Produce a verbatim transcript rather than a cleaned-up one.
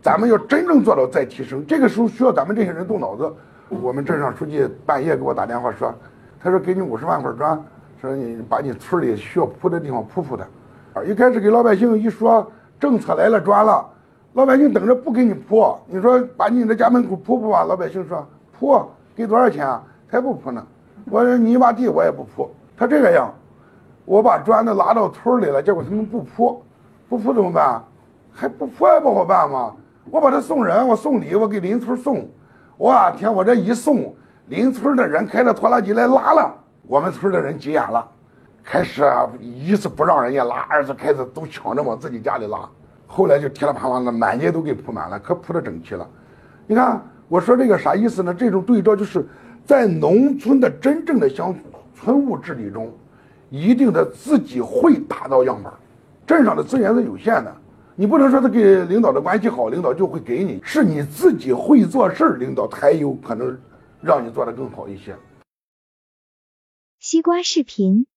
咱们要真正做到再提升，这个时候需要咱们这些人动脑子。我们镇上书记半夜给我打电话说，他说给你五十万块砖，说你把你村里需要铺的地方铺铺的。一开始给老百姓一说政策来了砖了，老百姓等着不给你铺，你说把你的家门口铺铺吧，老百姓说铺给多少钱啊？才不铺呢！我说泥巴地我也不铺。他这个样，我把砖都拉到村里了，结果他们不铺，不铺怎么办？还不铺还不好办吗？我把他送人，我送礼，我给邻村送。哇天，我这一送，邻村的人开着拖拉机来拉了，我们村的人急眼了，开始啊，一次不让人家拉，二次开始都抢着往自己家里拉，后来就噼里啪啦的满街都给铺满了，可铺的整齐了。你看我说这个啥意思呢？这种对照就是在农村的真正的乡村务治理中，一定得自己会打造样板。镇上的资源是有限的，你不能说他给领导的关系好，领导就会给你，是你自己会做事，领导才有可能让你做得更好一些。 西瓜视频